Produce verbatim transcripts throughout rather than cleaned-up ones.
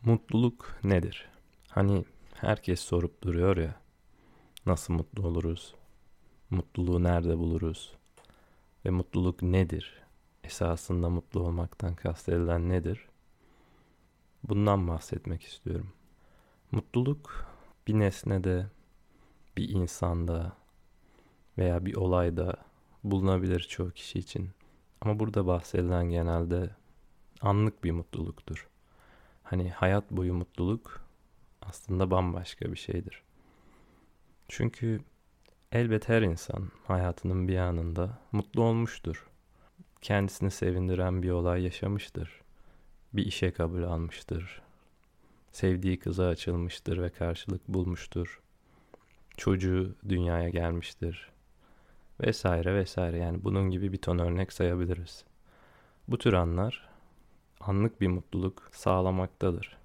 Mutluluk nedir? Hani herkes sorup duruyor ya, nasıl mutlu oluruz? Mutluluğu nerede buluruz? Ve mutluluk nedir? Esasında mutlu olmaktan kastedilen nedir? Bundan bahsetmek istiyorum. Mutluluk bir nesnede, bir insanda veya bir olayda bulunabilir çoğu kişi için. Ama burada bahsedilen genelde anlık bir mutluluktur. Hani hayat boyu mutluluk aslında bambaşka bir şeydir. Çünkü elbet her insan hayatının bir anında mutlu olmuştur. Kendisini sevindiren bir olay yaşamıştır. Bir işe kabul almıştır. Sevdiği kıza açılmıştır ve karşılık bulmuştur. Çocuğu dünyaya gelmiştir. Vesaire vesaire, yani bunun gibi bir ton örnek sayabiliriz. Bu tür anlar anlık bir mutluluk sağlamaktadır.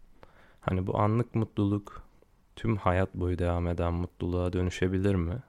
Hani bu anlık mutluluk tüm hayat boyu devam eden mutluluğa dönüşebilir mi?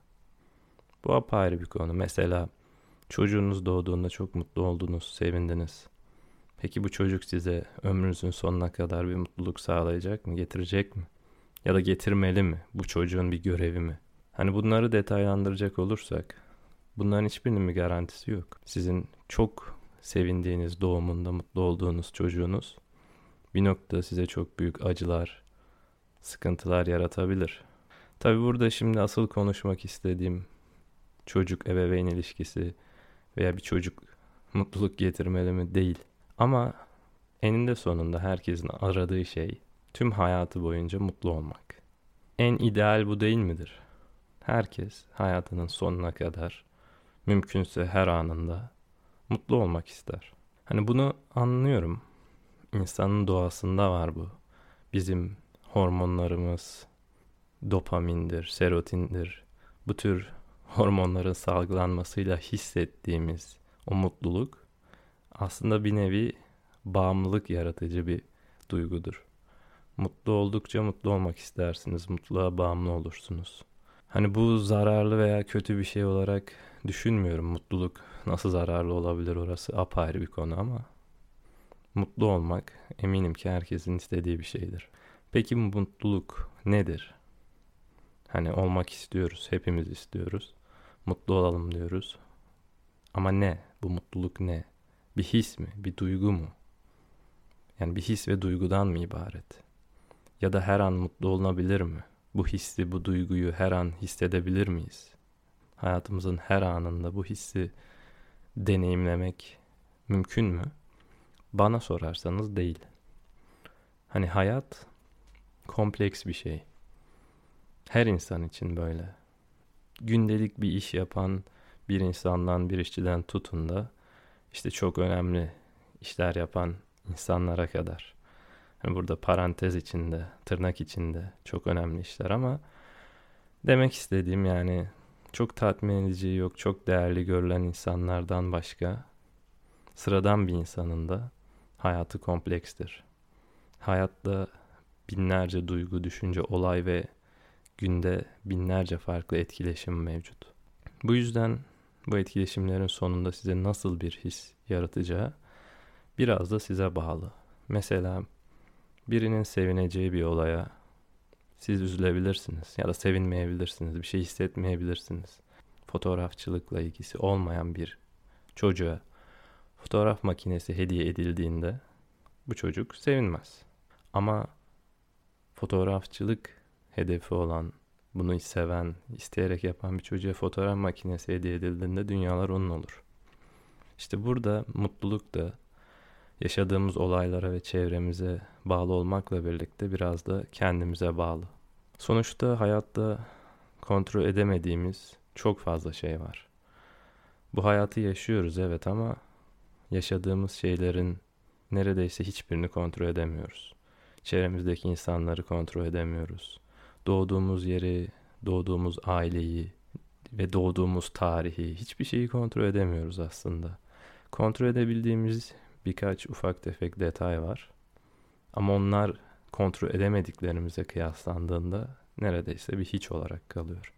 Bu apayrı bir konu. Mesela çocuğunuz doğduğunda çok mutlu oldunuz, sevindiniz. Peki bu çocuk size ömrünüzün sonuna kadar bir mutluluk sağlayacak mı, getirecek mi? Ya da getirmeli mi? Bu çocuğun bir görevi mi? Hani bunları detaylandıracak olursak, bunların hiçbirinin bir garantisi yok. Sizin çok sevindiğiniz, doğumunda mutlu olduğunuz çocuğunuz bir noktada size çok büyük acılar, sıkıntılar yaratabilir. Tabii burada şimdi asıl konuşmak istediğim çocuk ebeveyn ilişkisi veya bir çocuk mutluluk getirmeli mi değil. Ama eninde sonunda herkesin aradığı şey tüm hayatı boyunca mutlu olmak. En ideal bu değil midir? Herkes hayatının sonuna kadar mümkünse her anında mutlu olmak ister. Hani bunu anlıyorum. İnsanın doğasında var bu. Bizim hormonlarımız dopamindir, serotindir. Bu tür hormonların salgılanmasıyla hissettiğimiz o mutluluk aslında bir nevi bağımlılık yaratıcı bir duygudur. Mutlu oldukça mutlu olmak istersiniz, mutluluğa bağımlı olursunuz. Hani bu zararlı veya kötü bir şey olarak düşünmüyorum. Mutluluk nasıl zararlı olabilir, orası apayrı bir konu, ama mutlu olmak eminim ki herkesin istediği bir şeydir. Peki bu mutluluk nedir? Hani olmak istiyoruz, hepimiz istiyoruz. Mutlu olalım diyoruz. Ama ne? Bu mutluluk ne? Bir his mi? Bir duygu mu? Yani bir his ve duygudan mı ibaret? Ya da her an mutlu olunabilir mi? Bu hissi, bu duyguyu her an hissedebilir miyiz? Hayatımızın her anında bu hissi deneyimlemek mümkün mü? Bana sorarsanız değil. Hani hayat kompleks bir şey. Her insan için böyle. Gündelik bir iş yapan bir insandan, bir işçiden tutun da işte çok önemli işler yapan insanlara kadar. Yani burada parantez içinde, tırnak içinde çok önemli işler, ama demek istediğim, yani çok tatmin edici, yok çok değerli görülen insanlardan başka sıradan bir insanın da hayatı komplekstir. Hayatta binlerce duygu, düşünce, olay ve günde binlerce farklı etkileşim mevcut. Bu yüzden bu etkileşimlerin sonunda size nasıl bir his yaratacağı biraz da size bağlı. Mesela birinin sevineceği bir olaya siz üzülebilirsiniz ya da sevinmeyebilirsiniz, bir şey hissetmeyebilirsiniz. Fotoğrafçılıkla ilgisi olmayan bir çocuğa fotoğraf makinesi hediye edildiğinde bu çocuk sevinmez. Ama fotoğrafçılık hedefi olan, bunu seven, isteyerek yapan bir çocuğa fotoğraf makinesi hediye edildiğinde dünyalar onun olur. İşte burada mutluluk da yaşadığımız olaylara ve çevremize bağlı olmakla birlikte biraz da kendimize bağlı. Sonuçta hayatta kontrol edemediğimiz çok fazla şey var. Bu hayatı yaşıyoruz, evet, ama yaşadığımız şeylerin neredeyse hiçbirini kontrol edemiyoruz. Çevremizdeki insanları kontrol edemiyoruz. Doğduğumuz yeri, doğduğumuz aileyi ve doğduğumuz tarihi, hiçbir şeyi kontrol edemiyoruz aslında. Kontrol edebildiğimiz birkaç ufak tefek detay var. Ama onlar kontrol edemediklerimize kıyaslandığında neredeyse bir hiç olarak kalıyor.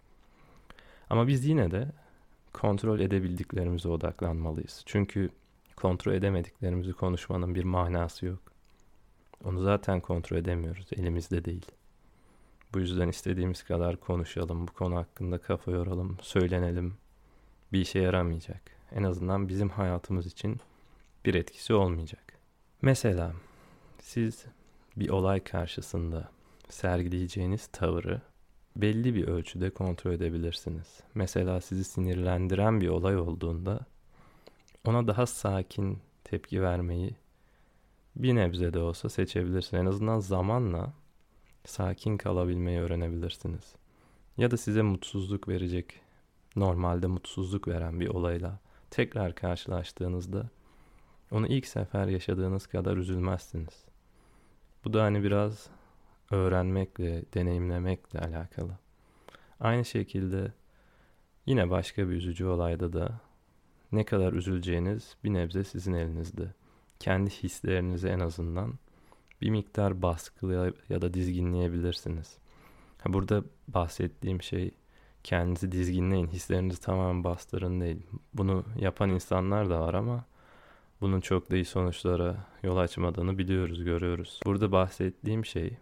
Ama biz yine de kontrol edebildiklerimize odaklanmalıyız. Çünkü kontrol edemediklerimizi konuşmanın bir manası yok. Onu zaten kontrol edemiyoruz. Elimizde değil. Bu yüzden istediğimiz kadar konuşalım, bu konu hakkında kafa yoralım, söylenelim. Bir işe yaramayacak. En azından bizim hayatımız için bir etkisi olmayacak. Mesela siz bir olay karşısında sergileyeceğiniz tavırı belli bir ölçüde kontrol edebilirsiniz. Mesela sizi sinirlendiren bir olay olduğunda ona daha sakin tepki vermeyi bir nebze de olsa seçebilirsiniz. En azından zamanla sakin kalabilmeyi öğrenebilirsiniz. Ya da size mutsuzluk verecek, normalde mutsuzluk veren bir olayla tekrar karşılaştığınızda onu ilk sefer yaşadığınız kadar üzülmezsiniz. Bu da hani biraz öğrenmekle, deneyimlemekle alakalı. Aynı şekilde yine başka bir üzücü olayda da ne kadar üzüleceğiniz bir nebze sizin elinizde. Kendi hislerinizi en azından bir miktar baskılaya ya da dizginleyebilirsiniz. Burada bahsettiğim şey kendinizi dizginleyin, hislerinizi tamamen bastırın değil. Bunu yapan insanlar da var ama bunun çok da iyi sonuçlara yol açmadığını biliyoruz, görüyoruz. Burada bahsettiğim şey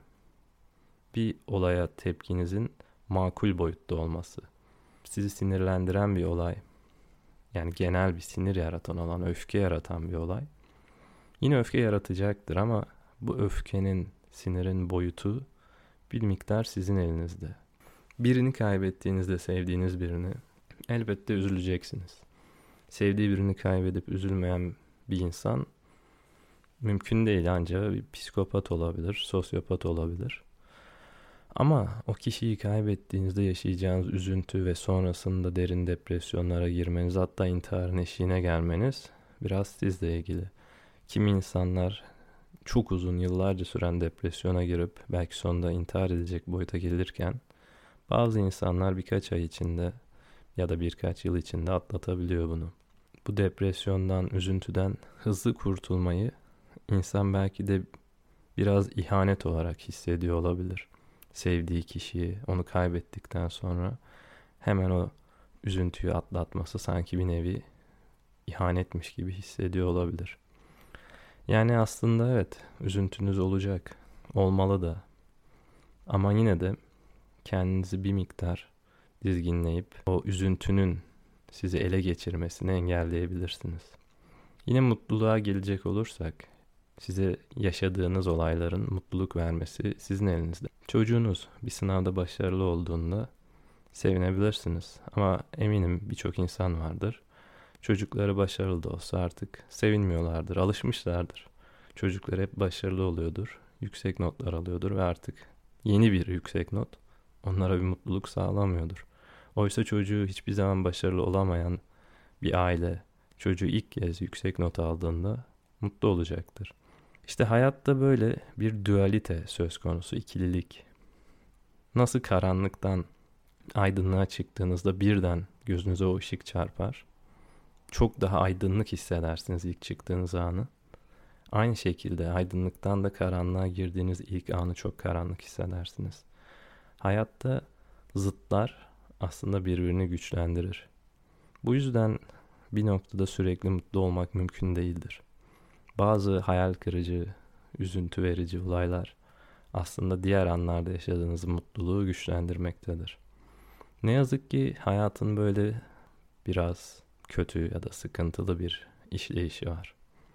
bir olaya tepkinizin makul boyutta olması. Sizi sinirlendiren bir olay, yani genel bir sinir yaratan olan, öfke yaratan bir olay. Yine öfke yaratacaktır ama bu öfkenin, sinirin boyutu bir miktar sizin elinizde. Birini kaybettiğinizde, sevdiğiniz birini, elbette üzüleceksiniz. Sevdiği birini kaybedip üzülmeyen bir insan mümkün değil, ancak bir psikopat olabilir, sosyopat olabilir. Ama o kişiyi kaybettiğinizde yaşayacağınız üzüntü ve sonrasında derin depresyonlara girmeniz, hatta intiharın eşiğine gelmeniz biraz sizle ilgili. Kimi insanlar çok uzun yıllarca süren depresyona girip belki sonunda intihar edecek boyuta gelirken bazı insanlar birkaç ay içinde ya da birkaç yıl içinde atlatabiliyor bunu. Bu depresyondan, üzüntüden hızlı kurtulmayı insan belki de biraz ihanet olarak hissediyor olabilir. Sevdiği kişiyi, onu kaybettikten sonra hemen o üzüntüyü atlatması sanki bir nevi ihanetmiş gibi hissediyor olabilir. Yani aslında evet, üzüntünüz olacak, olmalı da. Ama yine de kendinizi bir miktar dizginleyip o üzüntünün sizi ele geçirmesini engelleyebilirsiniz. Yine mutluluğa gelecek olursak, size yaşadığınız olayların mutluluk vermesi sizin elinizde. Çocuğunuz bir sınavda başarılı olduğunda sevinebilirsiniz. Ama eminim birçok insan vardır. Çocukları başarılı da olsa artık sevinmiyorlardır, alışmışlardır. Çocuklar hep başarılı oluyordur, yüksek notlar alıyordur ve artık yeni bir yüksek not onlara bir mutluluk sağlamıyordur. Oysa çocuğu hiçbir zaman başarılı olamayan bir aile çocuğu ilk kez yüksek not aldığında mutlu olacaktır. İşte hayatta böyle bir dualite söz konusu, ikililik. Nasıl karanlıktan aydınlığa çıktığınızda birden gözünüze o ışık çarpar. Çok daha aydınlık hissedersiniz ilk çıktığınız anı. Aynı şekilde aydınlıktan da karanlığa girdiğiniz ilk anı çok karanlık hissedersiniz. Hayatta zıtlar aslında birbirini güçlendirir. Bu yüzden bir noktada sürekli mutlu olmak mümkün değildir. Bazı hayal kırıcı, üzüntü verici olaylar aslında diğer anlarda yaşadığınız mutluluğu güçlendirmektedir. Ne yazık ki hayatın böyle biraz kötü ya da sıkıntılı bir işleyişi var.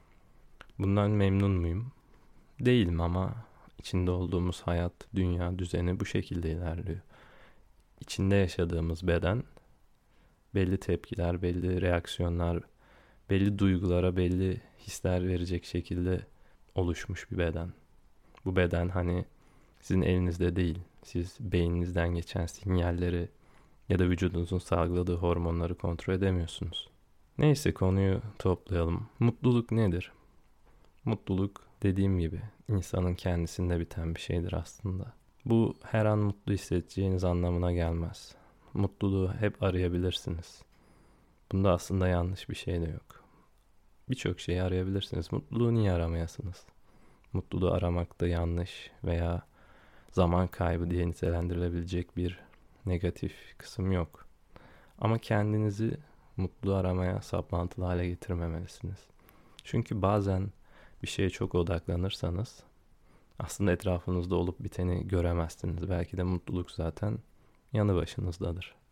Bundan memnun muyum? Değilim ama içinde olduğumuz hayat, dünya düzeni bu şekilde ilerliyor. İçinde yaşadığımız beden belli tepkiler, belli reaksiyonlar, belli duygulara, belli hisler verecek şekilde oluşmuş bir beden. Bu beden hani sizin elinizde değil. Siz beyninizden geçen sinyalleri ya da vücudunuzun salgıladığı hormonları kontrol edemiyorsunuz. Neyse, konuyu toplayalım. Mutluluk nedir? Mutluluk dediğim gibi insanın kendisinde biten bir şeydir aslında. Bu her an mutlu hissedeceğiniz anlamına gelmez. Mutluluğu hep arayabilirsiniz. Bunda aslında yanlış bir şey de yok. Birçok şeyi arayabilirsiniz. Mutluluğu niye aramayasınız? Mutluluğu aramakta yanlış veya zaman kaybı diye nitelendirilebilecek bir negatif kısım yok. Ama kendinizi mutlu aramaya saplantılı hale getirmemelisiniz. Çünkü bazen bir şeye çok odaklanırsanız Aslında etrafınızda olup biteni göremezsiniz. Belki de mutluluk zaten yanı başınızdadır.